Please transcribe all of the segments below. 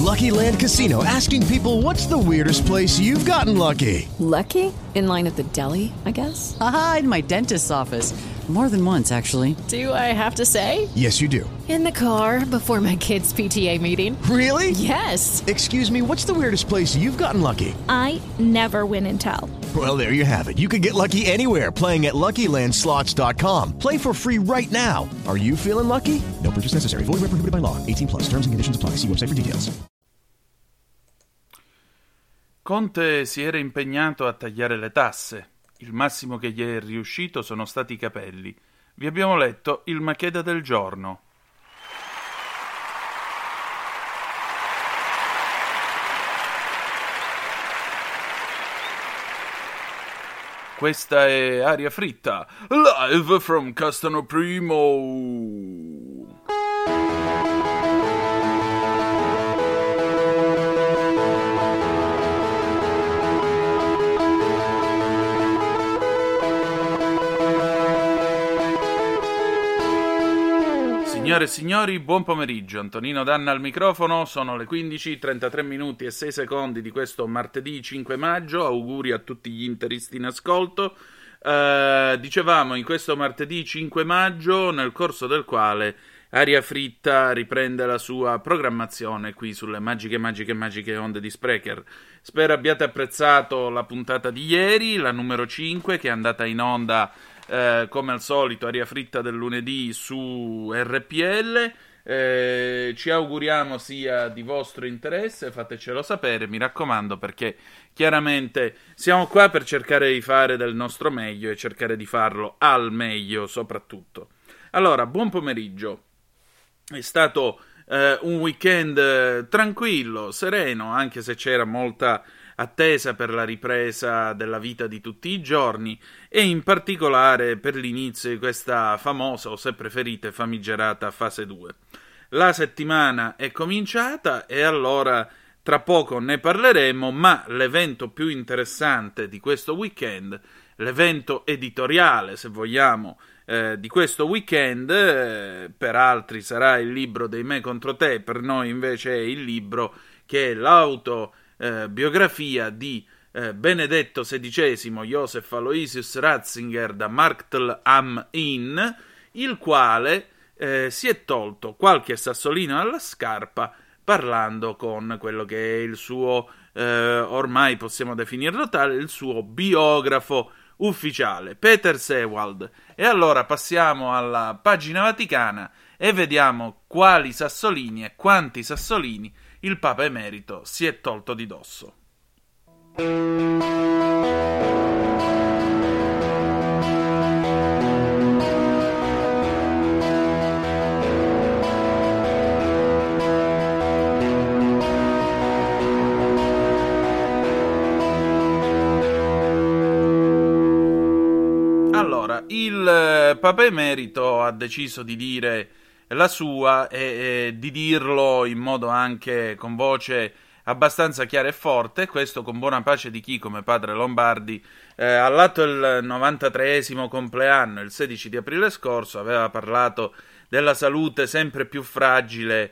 Lucky Land Casino, asking people, what's the weirdest place you've gotten lucky? Lucky? In line at the deli, I guess? Aha, in my dentist's office. More than once, actually. Do I have to say? Yes, you do. In the car before my kids' PTA meeting. Really? Yes. Excuse me, what's the weirdest place you've gotten lucky? I never win and tell. Well, there you have it. You can get lucky anywhere, playing at LuckyLandSlots.com. Play for free right now. Are you feeling lucky? No purchase necessary. Void where prohibited by law. 18+. Terms and conditions apply. See website for details. Conte si era impegnato a tagliare le tasse. Il massimo che gli è riuscito sono stati i capelli. Vi abbiamo letto il Macheda del giorno. Questa è Aria Fritta, live from Castano Primo. Signore e signori, buon pomeriggio. Antonino Danna al microfono, sono le 15, 33 minuti e 6 secondi di questo martedì 5 maggio. Auguri a tutti gli interisti in ascolto. Dicevamo, in questo martedì 5 maggio, nel corso del quale Aria Fritta riprende la sua programmazione qui sulle magiche onde di Spreaker. Spero abbiate apprezzato la puntata di ieri, la numero 5, che è andata in onda come al solito, Aria Fritta del lunedì su RPL. Ci auguriamo sia di vostro interesse, fatecelo sapere, mi raccomando, perché chiaramente siamo qua per cercare di fare del nostro meglio e cercare di farlo al meglio soprattutto. Allora, buon pomeriggio. È stato un weekend tranquillo, sereno, anche se c'era molta attesa per la ripresa della vita di tutti i giorni e in particolare per l'inizio di questa famosa, o se preferite famigerata, fase 2. La settimana è cominciata e allora tra poco ne parleremo, ma l'evento più interessante di questo weekend, l'evento editoriale, se vogliamo, di questo weekend, per altri sarà il libro dei Me contro te, per noi invece è il libro che è biografia di Benedetto XVI, Joseph Aloysius Ratzinger da Marktl am Inn, il quale si è tolto qualche sassolino alla scarpa parlando con quello che è il suo, ormai possiamo definirlo tale, il suo biografo ufficiale, Peter Sewald. E allora passiamo alla pagina vaticana e vediamo quali sassolini e quanti sassolini il Papa Emerito si è tolto di dosso. Allora, il Papa Emerito ha deciso di dire la sua e di dirlo in modo anche con voce abbastanza chiara e forte, questo con buona pace di chi, come padre Lombardi, all'atto del 93esimo compleanno, il 16 di aprile scorso, aveva parlato della salute sempre più fragile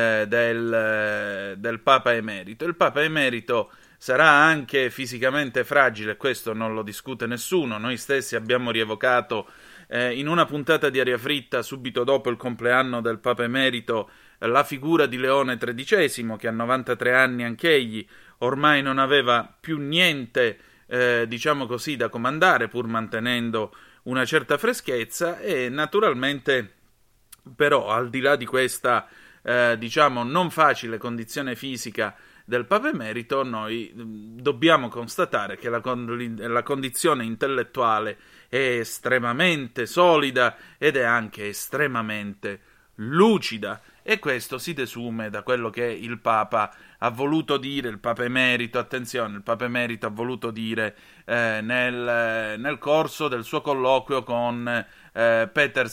del Papa Emerito. Il Papa Emerito sarà anche fisicamente fragile, questo non lo discute nessuno. Noi stessi abbiamo rievocato in una puntata di Aria Fritta, subito dopo il compleanno del Papa Emerito, la figura di Leone XIII, che a 93 anni anch'egli ormai non aveva più niente, diciamo così, da comandare, pur mantenendo una certa freschezza. E naturalmente, però, al di là di questa, diciamo, non facile condizione fisica del Papa Emerito, noi dobbiamo constatare che la condizione intellettuale è estremamente solida ed è anche estremamente lucida, e questo si desume da quello che il Papa ha voluto dire, il Papa Emerito, attenzione, il Papa Emerito ha voluto dire nel corso del suo colloquio con Peter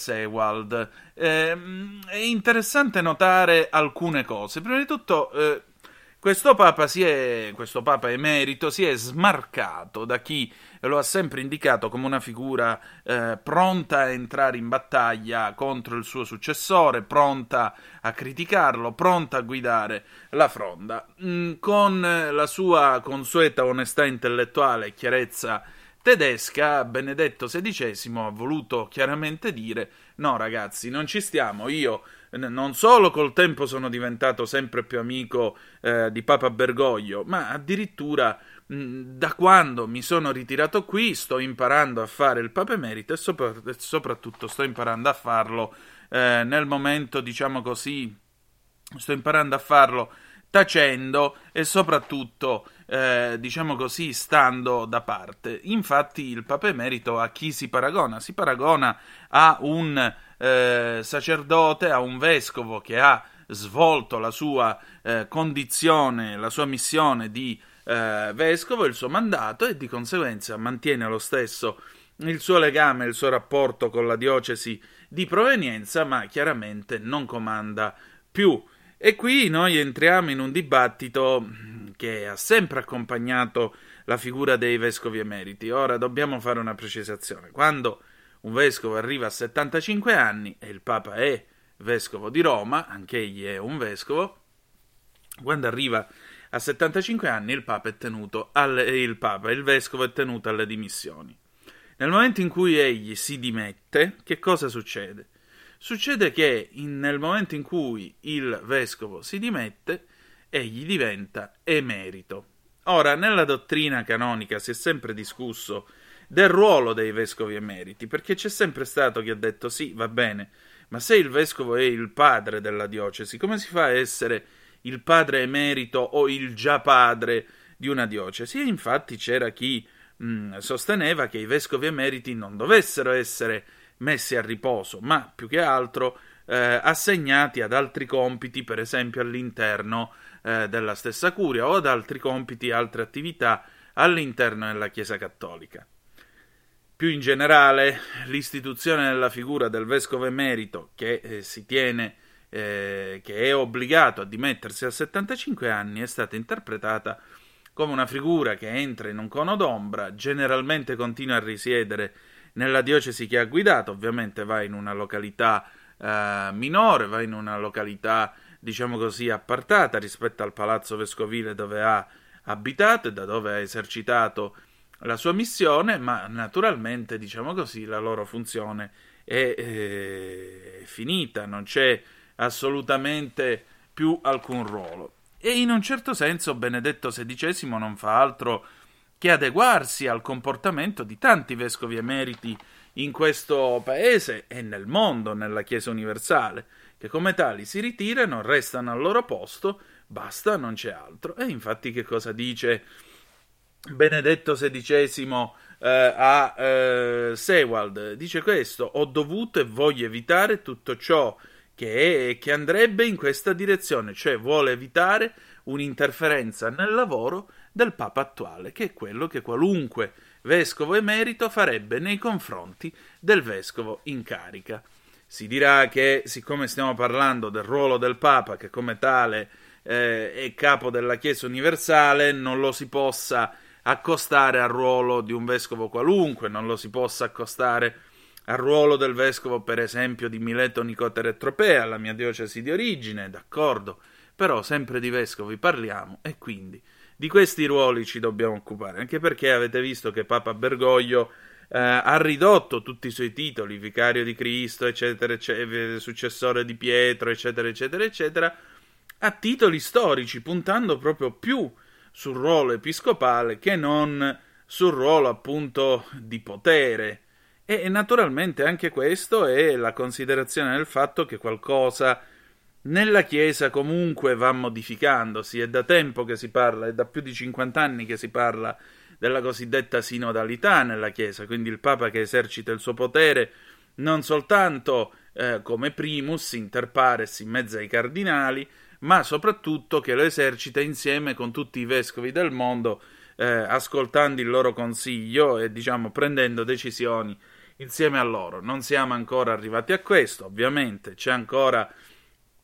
Sewald. È interessante notare alcune cose. Prima di tutto, Questo Papa emerito si è smarcato da chi lo ha sempre indicato come una figura pronta a entrare in battaglia contro il suo successore, pronta a criticarlo, pronta a guidare la fronda. Con la sua consueta onestà intellettuale e chiarezza tedesca, Benedetto XVI ha voluto chiaramente dire: no ragazzi, non ci stiamo, io non solo col tempo sono diventato sempre più amico di Papa Bergoglio, ma addirittura da quando mi sono ritirato qui sto imparando a fare il Papa emerito e soprattutto sto imparando a farlo nel momento, diciamo così, sto imparando a farlo tacendo e soprattutto, diciamo così, stando da parte. Infatti il Papa emerito a chi si paragona? Si paragona a un sacerdote, a un vescovo che ha svolto la sua condizione, la sua missione di vescovo, il suo mandato, e di conseguenza mantiene lo stesso il suo legame, il suo rapporto con la diocesi di provenienza, ma chiaramente non comanda più. E qui noi entriamo in un dibattito che ha sempre accompagnato la figura dei vescovi emeriti. Ora dobbiamo fare una precisazione: quando un vescovo arriva a 75 anni e il Papa è vescovo di Roma, anche egli è un vescovo, quando arriva a 75 anni il vescovo è tenuto alle dimissioni. Nel momento in cui egli si dimette, che cosa succede? Succede che nel momento in cui il vescovo si dimette, egli diventa emerito. Ora, nella dottrina canonica si è sempre discusso del ruolo dei vescovi emeriti, perché c'è sempre stato chi ha detto: sì, va bene, ma se il vescovo è il padre della diocesi, come si fa a essere il padre emerito o il già padre di una diocesi? E infatti c'era chi sosteneva che i vescovi emeriti non dovessero essere messi a riposo, ma più che altro assegnati ad altri compiti, per esempio all'interno della stessa curia, o ad altri compiti, altre attività all'interno della Chiesa Cattolica. Più in generale, l'istituzione della figura del vescovo emerito, che si tiene, che è obbligato a dimettersi a 75 anni, è stata interpretata come una figura che entra in un cono d'ombra, generalmente continua a risiedere nella diocesi che ha guidato, ovviamente va in una località minore, va in una località, diciamo così, appartata rispetto al palazzo vescovile dove ha abitato e da dove ha esercitato la sua missione, ma naturalmente, diciamo così, la loro funzione è finita, non c'è assolutamente più alcun ruolo. E in un certo senso Benedetto XVI non fa altro che adeguarsi al comportamento di tanti vescovi emeriti in questo paese e nel mondo, nella Chiesa universale, che come tali si ritirano, restano al loro posto, basta, non c'è altro. E infatti che cosa dice Benedetto XVI a Sewald? Dice questo: ho dovuto e voglio evitare tutto ciò che andrebbe in questa direzione, cioè vuole evitare un'interferenza nel lavoro del Papa attuale, che è quello che qualunque vescovo emerito farebbe nei confronti del vescovo in carica. Si dirà che, siccome stiamo parlando del ruolo del Papa, che come tale è capo della Chiesa universale, non lo si possa accostare al ruolo di un vescovo qualunque, non lo si possa accostare al ruolo del vescovo, per esempio, di Mileto Nicotere Tropea, la mia diocesi di origine, d'accordo, però sempre di vescovi parliamo e quindi di questi ruoli ci dobbiamo occupare, anche perché avete visto che Papa Bergoglio ha ridotto tutti i suoi titoli, vicario di Cristo, eccetera, eccetera, successore di Pietro, eccetera, eccetera, eccetera, a titoli storici, puntando proprio più sul ruolo episcopale che non sul ruolo appunto di potere. E naturalmente anche questo è la considerazione del fatto che qualcosa nella Chiesa comunque va modificandosi. È da tempo che si parla, è da più di 50 anni che si parla della cosiddetta sinodalità nella Chiesa, quindi il Papa che esercita il suo potere non soltanto come primus inter pares in mezzo ai cardinali, ma soprattutto che lo esercita insieme con tutti i vescovi del mondo, ascoltando il loro consiglio e diciamo prendendo decisioni insieme a loro. Non siamo ancora arrivati a questo, ovviamente c'è ancora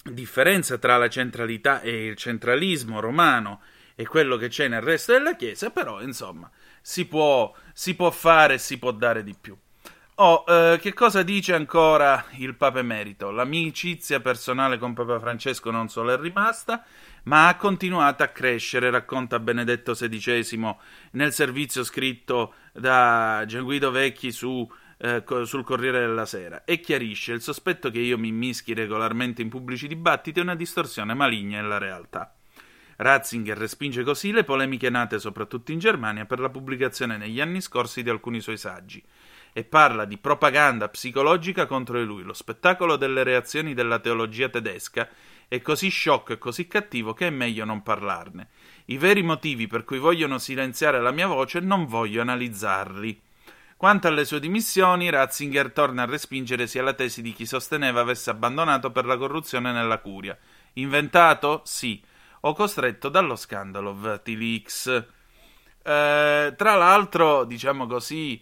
differenza tra la centralità e il centralismo romano e quello che c'è nel resto della Chiesa, però insomma si può fare e si può dare di più. Che cosa dice ancora il Papa Emerito? L'amicizia personale con Papa Francesco non solo è rimasta, ma ha continuato a crescere, racconta Benedetto XVI nel servizio scritto da Gianguido Vecchi sul Corriere della Sera, e chiarisce: il sospetto che io mi immischi regolarmente in pubblici dibattiti è una distorsione maligna della realtà. Ratzinger respinge così le polemiche nate soprattutto in Germania per la pubblicazione negli anni scorsi di alcuni suoi saggi, e parla di propaganda psicologica contro di lui. Lo spettacolo delle reazioni della teologia tedesca è così sciocco e così cattivo che è meglio non parlarne. I veri motivi per cui vogliono silenziare la mia voce non voglio analizzarli. Quanto alle sue dimissioni, Ratzinger torna a respingere sia la tesi di chi sosteneva avesse abbandonato per la corruzione nella curia. Inventato? Sì. O costretto dallo scandalo Wikileaks. Tra l'altro, diciamo così,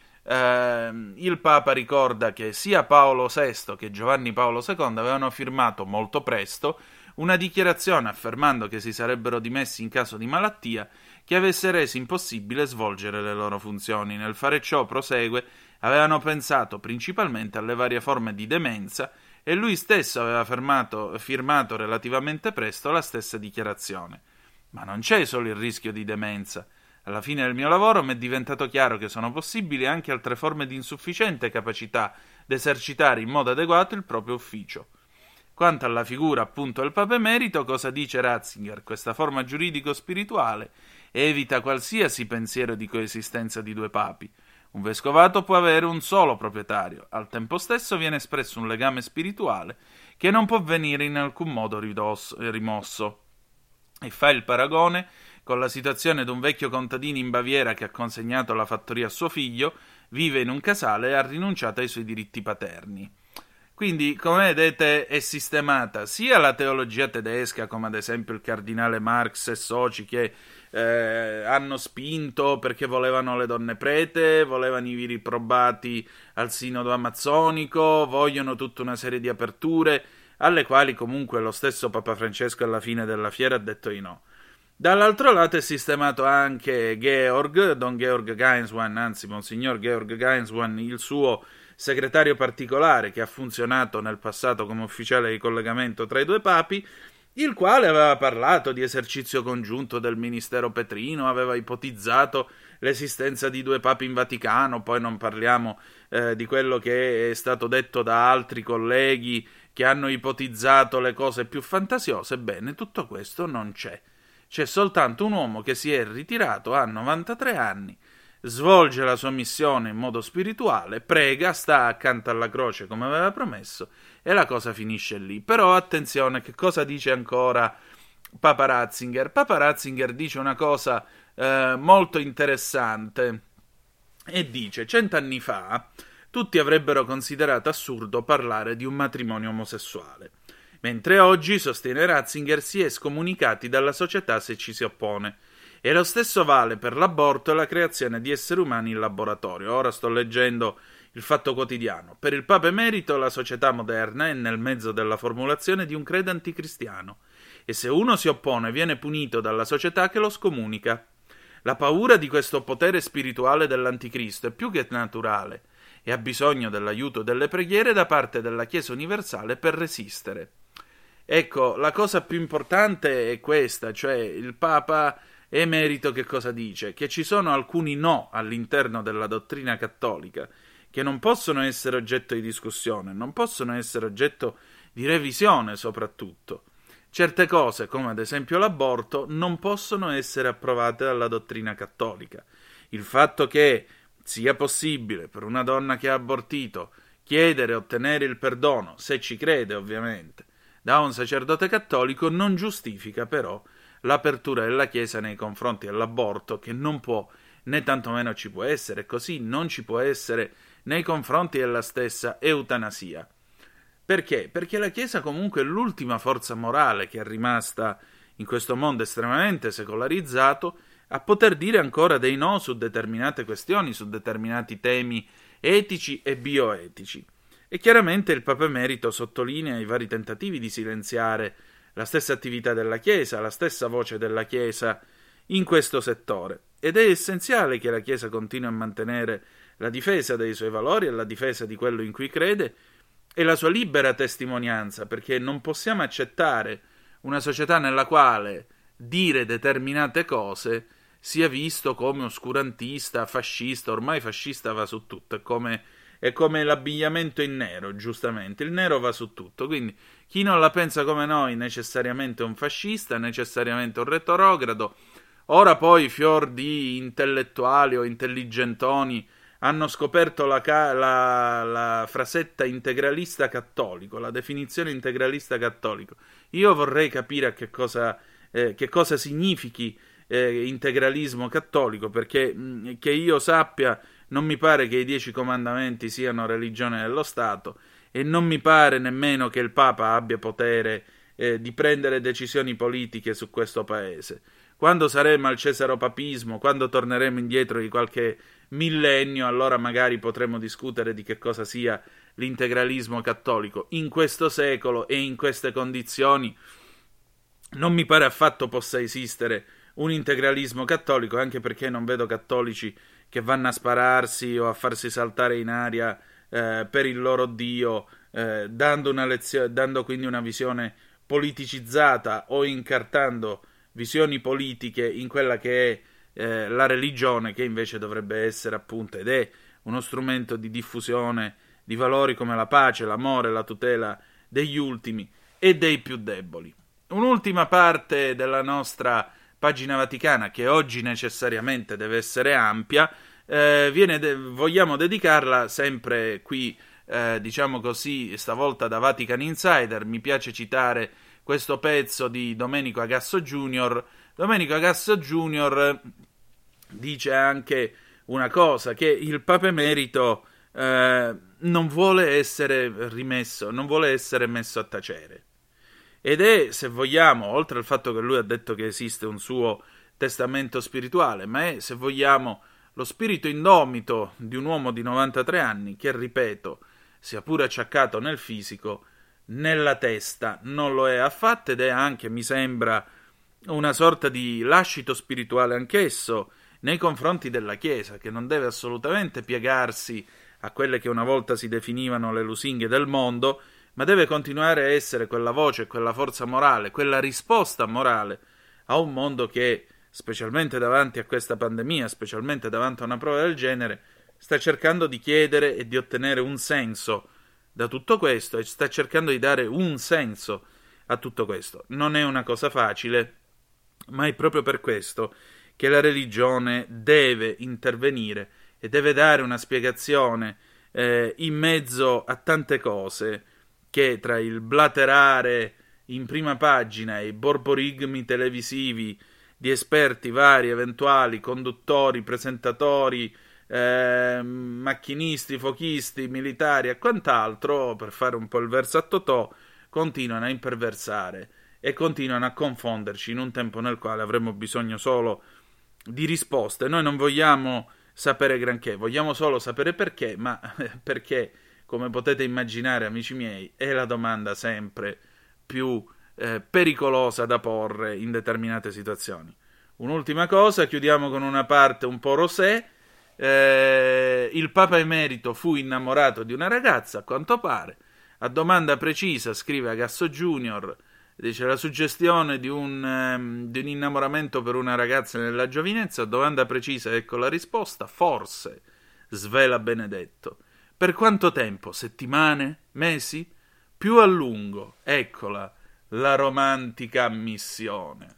il Papa ricorda che sia Paolo VI che Giovanni Paolo II avevano firmato molto presto una dichiarazione affermando che si sarebbero dimessi in caso di malattia che avesse reso impossibile svolgere le loro funzioni. Nel fare ciò, prosegue, avevano pensato principalmente alle varie forme di demenza e lui stesso aveva firmato relativamente presto la stessa dichiarazione. Ma non c'è solo il rischio di demenza. Alla fine del mio lavoro mi è diventato chiaro che sono possibili anche altre forme di insufficiente capacità d'esercitare in modo adeguato il proprio ufficio. Quanto alla figura appunto del Papa Emerito, cosa dice Ratzinger? Questa forma giuridico-spirituale evita qualsiasi pensiero di coesistenza di due papi. Un vescovato può avere un solo proprietario, al tempo stesso viene espresso un legame spirituale che non può venire in alcun modo rimosso. E fa il paragone con la situazione di un vecchio contadino in Baviera che ha consegnato la fattoria a suo figlio, vive in un casale e ha rinunciato ai suoi diritti paterni. Quindi, come vedete, è sistemata sia la teologia tedesca, come ad esempio il cardinale Marx e soci che hanno spinto perché volevano le donne prete, volevano i viri probati al sinodo amazzonico, vogliono tutta una serie di aperture, alle quali comunque lo stesso Papa Francesco alla fine della fiera ha detto di no. Dall'altro lato è sistemato anche Don Georg Gainswan, anzi Monsignor Georg Gainswan, il suo segretario particolare che ha funzionato nel passato come ufficiale di collegamento tra i due papi, il quale aveva parlato di esercizio congiunto del ministero petrino, aveva ipotizzato l'esistenza di due papi in Vaticano, poi non parliamo di quello che è stato detto da altri colleghi che hanno ipotizzato le cose più fantasiose. Bene, tutto questo non c'è. C'è soltanto un uomo che si è ritirato a 93 anni, svolge la sua missione in modo spirituale, prega, sta accanto alla croce come aveva promesso e la cosa finisce lì. Però attenzione, che cosa dice ancora Papa Ratzinger? Papa Ratzinger dice una cosa molto interessante e dice: 100 anni fa tutti avrebbero considerato assurdo parlare di un matrimonio omosessuale, mentre oggi, sostiene Ratzinger, si è scomunicati dalla società se ci si oppone. E lo stesso vale per l'aborto e la creazione di esseri umani in laboratorio. Ora sto leggendo il Fatto Quotidiano. Per il Papa Emerito la società moderna è nel mezzo della formulazione di un credo anticristiano e se uno si oppone viene punito dalla società che lo scomunica. La paura di questo potere spirituale dell'anticristo è più che naturale e ha bisogno dell'aiuto delle preghiere da parte della Chiesa universale per resistere. Ecco, la cosa più importante è questa, cioè il Papa Emerito che cosa dice? Che ci sono alcuni no all'interno della dottrina cattolica che non possono essere oggetto di discussione, non possono essere oggetto di revisione soprattutto. Certe cose, come ad esempio l'aborto, non possono essere approvate dalla dottrina cattolica. Il fatto che sia possibile per una donna che ha abortito chiedere e ottenere il perdono, se ci crede ovviamente, da un sacerdote cattolico non giustifica però l'apertura della Chiesa nei confronti dell'aborto, che non può, né tantomeno ci può essere, così non ci può essere nei confronti della stessa eutanasia. Perché? Perché la Chiesa comunque è l'ultima forza morale che è rimasta in questo mondo estremamente secolarizzato a poter dire ancora dei no su determinate questioni, su determinati temi etici e bioetici. E chiaramente il Papa Emerito sottolinea i vari tentativi di silenziare la stessa attività della Chiesa, la stessa voce della Chiesa in questo settore. Ed è essenziale che la Chiesa continui a mantenere la difesa dei suoi valori e la difesa di quello in cui crede e la sua libera testimonianza, perché non possiamo accettare una società nella quale dire determinate cose sia visto come oscurantista, fascista. Ormai fascista va su tutto, è come l'abbigliamento in nero, giustamente, il nero va su tutto, quindi chi non la pensa come noi necessariamente è un fascista, necessariamente un retrogrado. Ora poi fior di intellettuali o intelligentoni hanno scoperto la frasetta integralista cattolico, la definizione integralista cattolico. Io vorrei capire che cosa significhi integralismo cattolico, perché che io sappia non mi pare che i 10 comandamenti siano religione dello Stato e non mi pare nemmeno che il Papa abbia potere di prendere decisioni politiche su questo paese. Quando saremo al cesaropapismo, quando torneremo indietro di qualche millennio, allora magari potremo discutere di che cosa sia l'integralismo cattolico. In questo secolo e in queste condizioni non mi pare affatto possa esistere un integralismo cattolico, anche perché non vedo cattolici che vanno a spararsi o a farsi saltare in aria per il loro Dio, dando quindi una visione politicizzata o incartando visioni politiche in quella che è la religione, che invece dovrebbe essere appunto ed è uno strumento di diffusione di valori come la pace, l'amore, la tutela degli ultimi e dei più deboli. Un'ultima parte della nostra pagina vaticana, che oggi necessariamente deve essere ampia, vogliamo dedicarla sempre qui, diciamo così, stavolta da Vatican Insider. Mi piace citare questo pezzo di Domenico Agasso Jr. Domenico Agasso Jr. dice anche una cosa, che il Papa Emerito non vuole essere rimesso, non vuole essere messo a tacere. Ed è, se vogliamo, oltre al fatto che lui ha detto che esiste un suo testamento spirituale, ma è, se vogliamo, lo spirito indomito di un uomo di 93 anni che, ripeto, sia pure acciaccato nel fisico, nella testa non lo è affatto, ed è anche, mi sembra, una sorta di lascito spirituale anch'esso nei confronti della Chiesa, che non deve assolutamente piegarsi a quelle che una volta si definivano le lusinghe del mondo, ma deve continuare a essere quella voce, quella forza morale, quella risposta morale a un mondo che, specialmente davanti a questa pandemia, specialmente davanti a una prova del genere, sta cercando di chiedere e di ottenere un senso da tutto questo, e sta cercando di dare un senso a tutto questo. Non è una cosa facile, ma è proprio per questo che la religione deve intervenire e deve dare una spiegazione in mezzo a tante cose che, tra il blaterare in prima pagina e i borborigmi televisivi di esperti vari, eventuali, conduttori, presentatori, macchinisti, fuochisti, militari e quant'altro, per fare un po' il verso a Totò, continuano a imperversare e continuano a confonderci in un tempo nel quale avremmo bisogno solo di risposte. Noi non vogliamo sapere granché, vogliamo solo sapere perché, ma perché, come potete immaginare, amici miei, è la domanda sempre più pericolosa da porre in determinate situazioni. Un'ultima cosa, chiudiamo con una parte un po' rosé. Il Papa Emerito fu innamorato di una ragazza, a quanto pare. A domanda precisa, scrive Agasso Junior, dice: la suggestione di un innamoramento per una ragazza nella giovinezza. A domanda precisa, ecco la risposta: forse, svela Benedetto. Per quanto tempo? Settimane? Mesi? Più a lungo? Eccola, la romantica ammissione.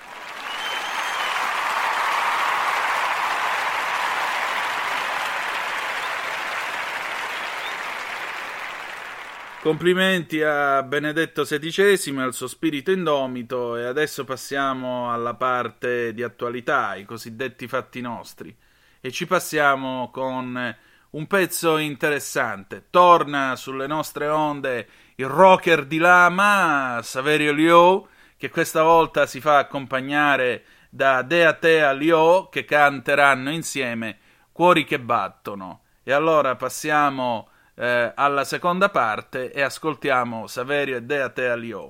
Complimenti a Benedetto XVI e al suo spirito indomito. E adesso passiamo alla parte di attualità, i cosiddetti fatti nostri, e ci passiamo con un pezzo interessante. Torna sulle nostre onde il rocker di Lama, Saverio Liò, che questa volta si fa accompagnare da Dea Tea Liò, che canteranno insieme Cuori che battono. E allora passiamo alla seconda parte e ascoltiamo Saverio e Dea Te Alio.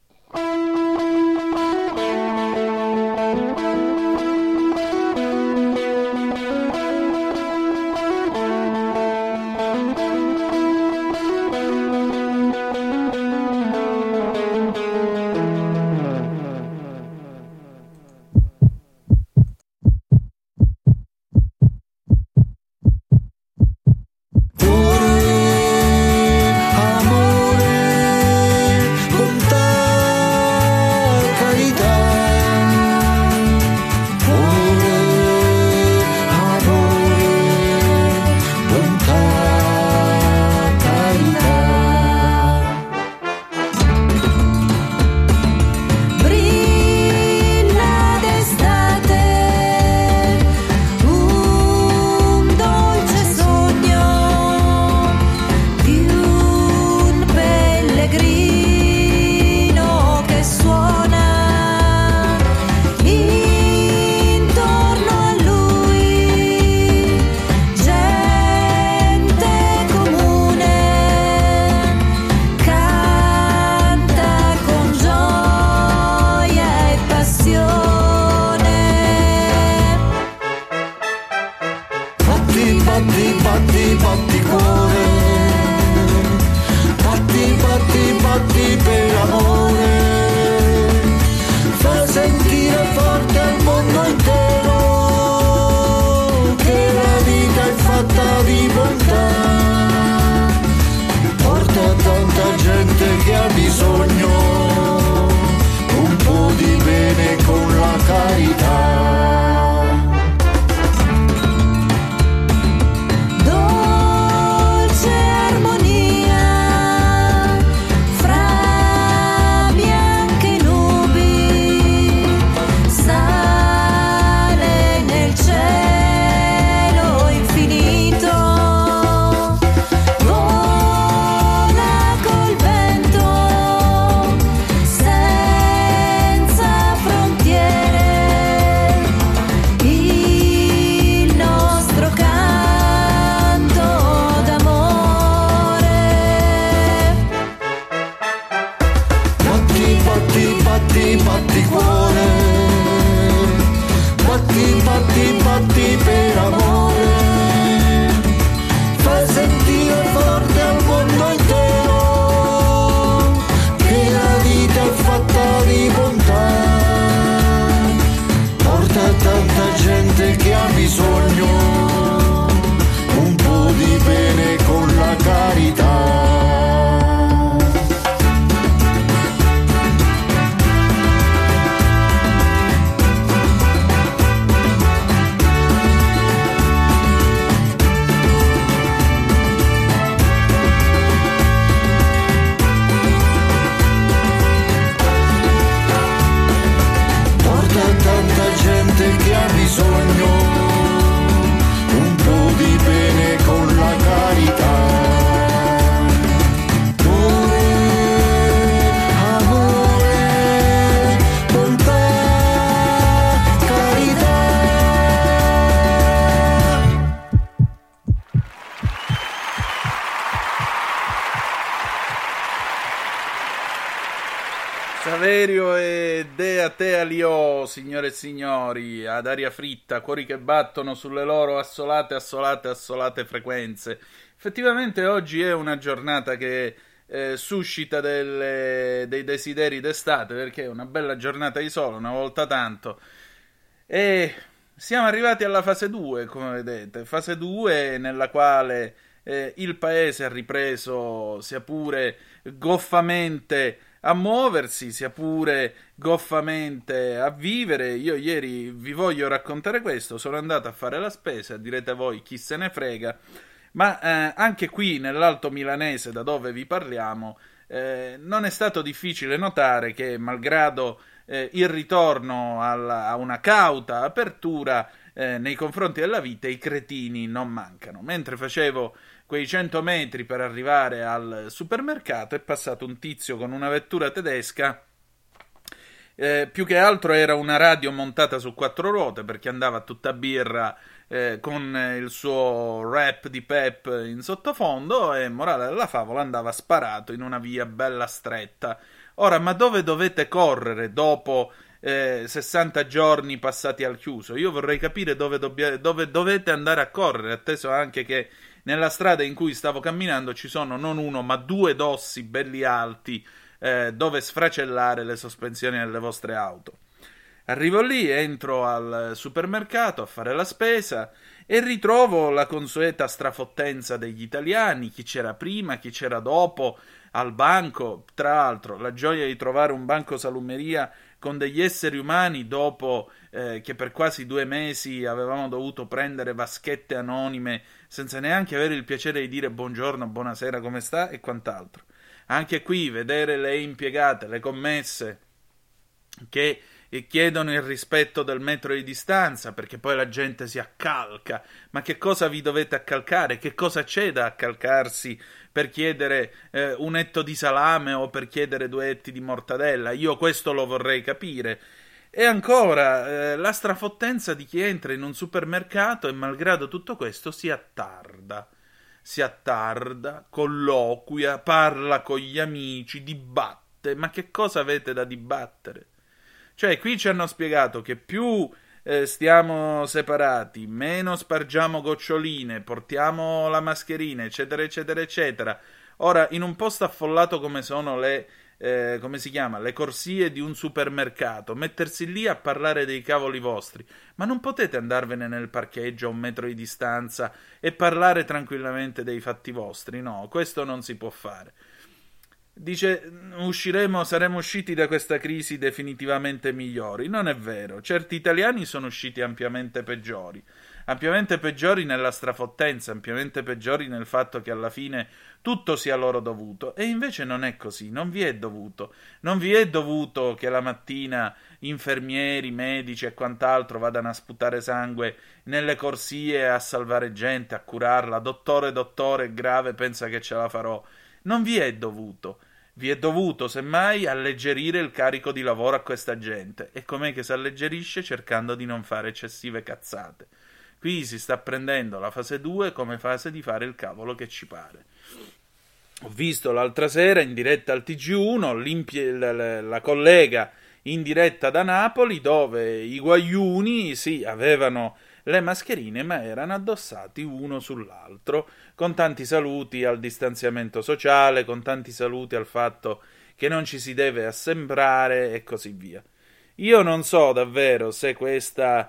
Saverio e Dea Te Alio, signore e signori, ad aria fritta, cuori che battono sulle loro assolate frequenze. Effettivamente oggi è una giornata che suscita dei desideri d'estate, perché è una bella giornata di sole, una volta tanto. E siamo arrivati alla fase 2, come vedete, fase 2 nella quale il paese ha ripreso, sia pure goffamente, a muoversi, sia pure goffamente a vivere. Io ieri vi voglio raccontare questo, sono andato a fare la spesa, direte voi chi se ne frega, ma anche qui nell'Alto Milanese, da dove vi parliamo, non è stato difficile notare che, malgrado il ritorno a una cauta apertura nei confronti della vita, i cretini non mancano. Mentre facevo quei 100 metri per arrivare al supermercato, è passato un tizio con una vettura tedesca più che altro era una radio montata su 4 ruote, perché andava tutta birra con il suo rap di Pep in sottofondo, e morale della favola, andava sparato in una via bella stretta. Ora, ma dove dovete correre dopo 60 giorni passati al chiuso? Io vorrei capire dove dovete andare a correre, atteso anche che nella strada in cui stavo camminando ci sono non uno ma 2 dossi belli alti dove sfracellare le sospensioni delle vostre auto. Arrivo lì, entro al supermercato a fare la spesa e ritrovo la consueta strafottenza degli italiani, chi c'era prima, chi c'era dopo, al banco. Tra l'altro, la gioia di trovare un banco salumeria con degli esseri umani dopo che per quasi 2 mesi avevamo dovuto prendere vaschette anonime senza neanche avere il piacere di dire buongiorno, buonasera, come sta e quant'altro. Anche qui vedere le impiegate, le commesse che chiedono il rispetto del metro di distanza, perché poi la gente si accalca. Ma che cosa vi dovete accalcare? Che cosa c'è da accalcarsi per chiedere un etto di salame o per chiedere 2 etti di mortadella? Io questo lo vorrei capire. E ancora, la strafottenza di chi entra in un supermercato e malgrado tutto questo si attarda, colloquia, parla con gli amici, dibatte. Ma che cosa avete da dibattere? Cioè, qui ci hanno spiegato che più stiamo separati, meno spargiamo goccioline, portiamo la mascherina, eccetera, eccetera, eccetera. Ora, in un posto affollato come sono le corsie di un supermercato, mettersi lì a parlare dei cavoli vostri, ma non potete andarvene nel parcheggio a 1 metro di distanza e parlare tranquillamente dei fatti vostri? No, questo non si può fare. Dice, saremo usciti da questa crisi definitivamente migliori. Non è vero, certi italiani sono usciti ampiamente peggiori nella strafottenza, ampiamente peggiori nel fatto che alla fine tutto sia loro dovuto, e invece non è così, non vi è dovuto che la mattina infermieri, medici e quant'altro vadano a sputare sangue nelle corsie a salvare gente, a curarla. Dottore, è grave, pensa che ce la farò. Non vi è dovuto. Vi è dovuto, semmai, alleggerire il carico di lavoro a questa gente. E com'è che si alleggerisce? Cercando di non fare eccessive cazzate. Qui si sta prendendo la fase 2 come fase di fare il cavolo che ci pare. Ho visto l'altra sera in diretta al TG1 la collega in diretta da Napoli, dove i guagliuni avevano le mascherine ma erano addossati uno sull'altro, con tanti saluti al distanziamento sociale, con tanti saluti al fatto che non ci si deve assembrare e così via. Io non so davvero se questa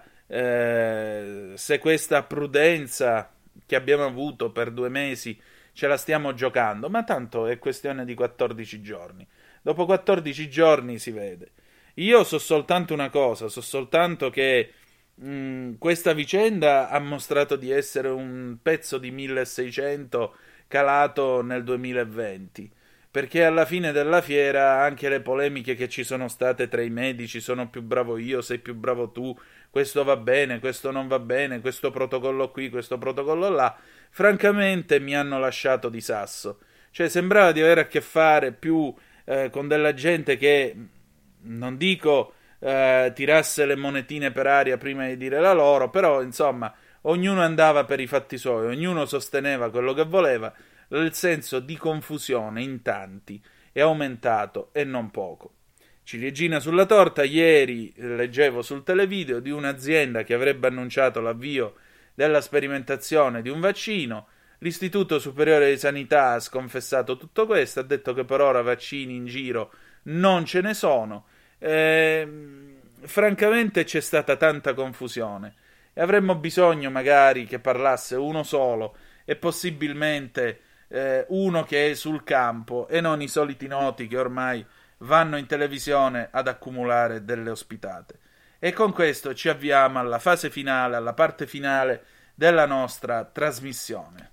prudenza che abbiamo avuto per 2 mesi ce la stiamo giocando, ma tanto è questione di 14 giorni. Dopo 14 giorni si vede. Io so soltanto una cosa, so soltanto che questa vicenda ha mostrato di essere un pezzo di 1600 calato nel 2020, perché alla fine della fiera anche le polemiche che ci sono state tra i medici, sono più bravo io, sei più bravo tu, questo va bene, questo non va bene, questo protocollo qui, questo protocollo là, francamente mi hanno lasciato di sasso. Cioè sembrava di avere a che fare più con della gente che, non dico tirasse le monetine per aria prima di dire la loro, però insomma ognuno andava per i fatti suoi, ognuno sosteneva quello che voleva. Il senso di confusione in tanti è aumentato e non poco. Ciliegina sulla torta, ieri leggevo sul televideo di un'azienda che avrebbe annunciato l'avvio della sperimentazione di un vaccino. L'Istituto Superiore di Sanità ha sconfessato tutto questo, ha detto che per ora vaccini in giro non ce ne sono. Francamente c'è stata tanta confusione e avremmo bisogno magari che parlasse uno solo e possibilmente uno che è sul campo e non i soliti noti che ormai vanno in televisione ad accumulare delle ospitate. E con questo ci avviamo alla fase finale, alla parte finale della nostra trasmissione.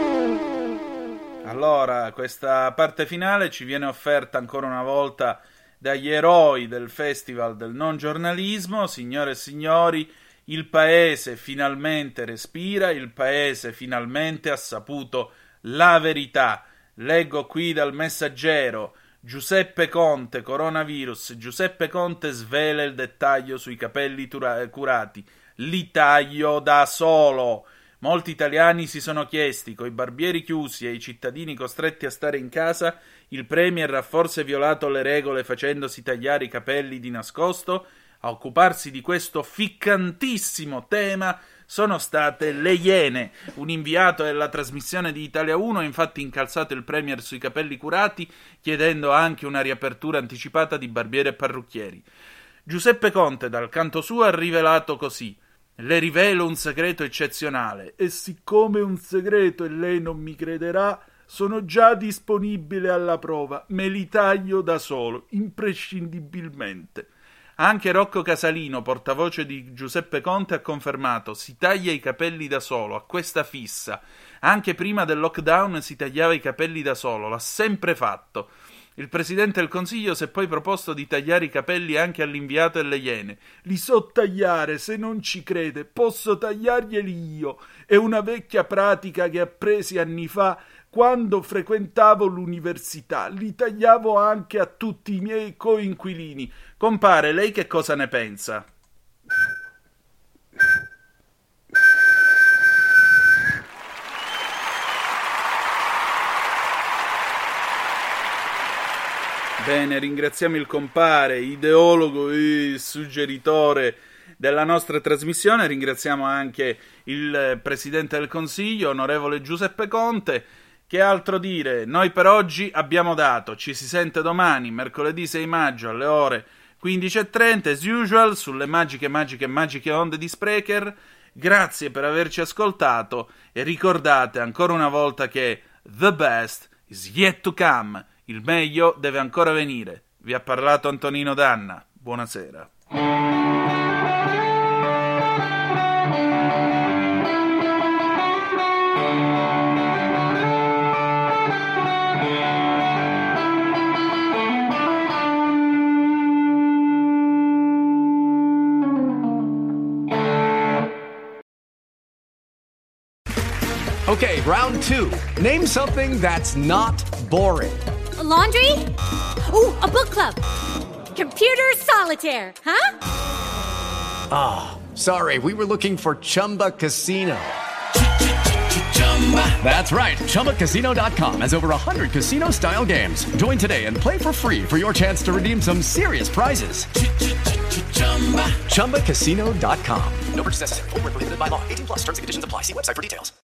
Allora, questa parte finale ci viene offerta ancora una volta dagli eroi del Festival del Non Giornalismo. Signore e signori, il paese finalmente respira, il paese finalmente ha saputo la verità. Leggo qui dal Messaggero: Giuseppe Conte, coronavirus. Giuseppe Conte svela il dettaglio sui capelli curati. Li taglio da solo. Molti italiani si sono chiesti, coi barbieri chiusi e i cittadini costretti a stare in casa, il Premier ha forse violato le regole facendosi tagliare i capelli di nascosto? A occuparsi di questo ficcantissimo tema sono state le Iene. Un inviato della trasmissione di Italia 1 ha infatti incalzato il Premier sui capelli curati, chiedendo anche una riapertura anticipata di barbieri e parrucchieri. Giuseppe Conte, dal canto suo, ha rivelato così: le rivelo un segreto eccezionale, e siccome è un segreto e lei non mi crederà, sono già disponibile alla prova, me li taglio da solo, imprescindibilmente. Anche Rocco Casalino, portavoce di Giuseppe Conte, ha confermato: si taglia i capelli da solo, ha questa fissa. Anche prima del lockdown si tagliava i capelli da solo, l'ha sempre fatto. Il Presidente del Consiglio si è poi proposto di tagliare i capelli anche all'inviato delle Iene. Li so tagliare, se non ci crede, posso tagliarglieli io. È una vecchia pratica che appresi anni fa quando frequentavo l'università. Li tagliavo anche a tutti i miei coinquilini. Compare, lei che cosa ne pensa? Bene, ringraziamo il compare, ideologo e suggeritore della nostra trasmissione. Ringraziamo anche il Presidente del Consiglio, onorevole Giuseppe Conte. Che altro dire? Noi per oggi abbiamo dato. Ci si sente domani, mercoledì 6 maggio alle ore 15:30, as usual, sulle magiche onde di Spreaker. Grazie per averci ascoltato e ricordate ancora una volta che the best is yet to come. Il meglio deve ancora venire. Vi ha parlato Antonino Danna. Buonasera. Okay, round 2. Name something that's not boring. A laundry? Ooh, a book club. Computer solitaire, huh? Ah, sorry, we were looking for Chumba Casino. That's right, ChumbaCasino.com has over 100 casino-style games. Join today and play for free for your chance to redeem some serious prizes. ChumbaCasino.com. No purchase necessary. Void where prohibited by law. 18+ terms and conditions apply. See website for details.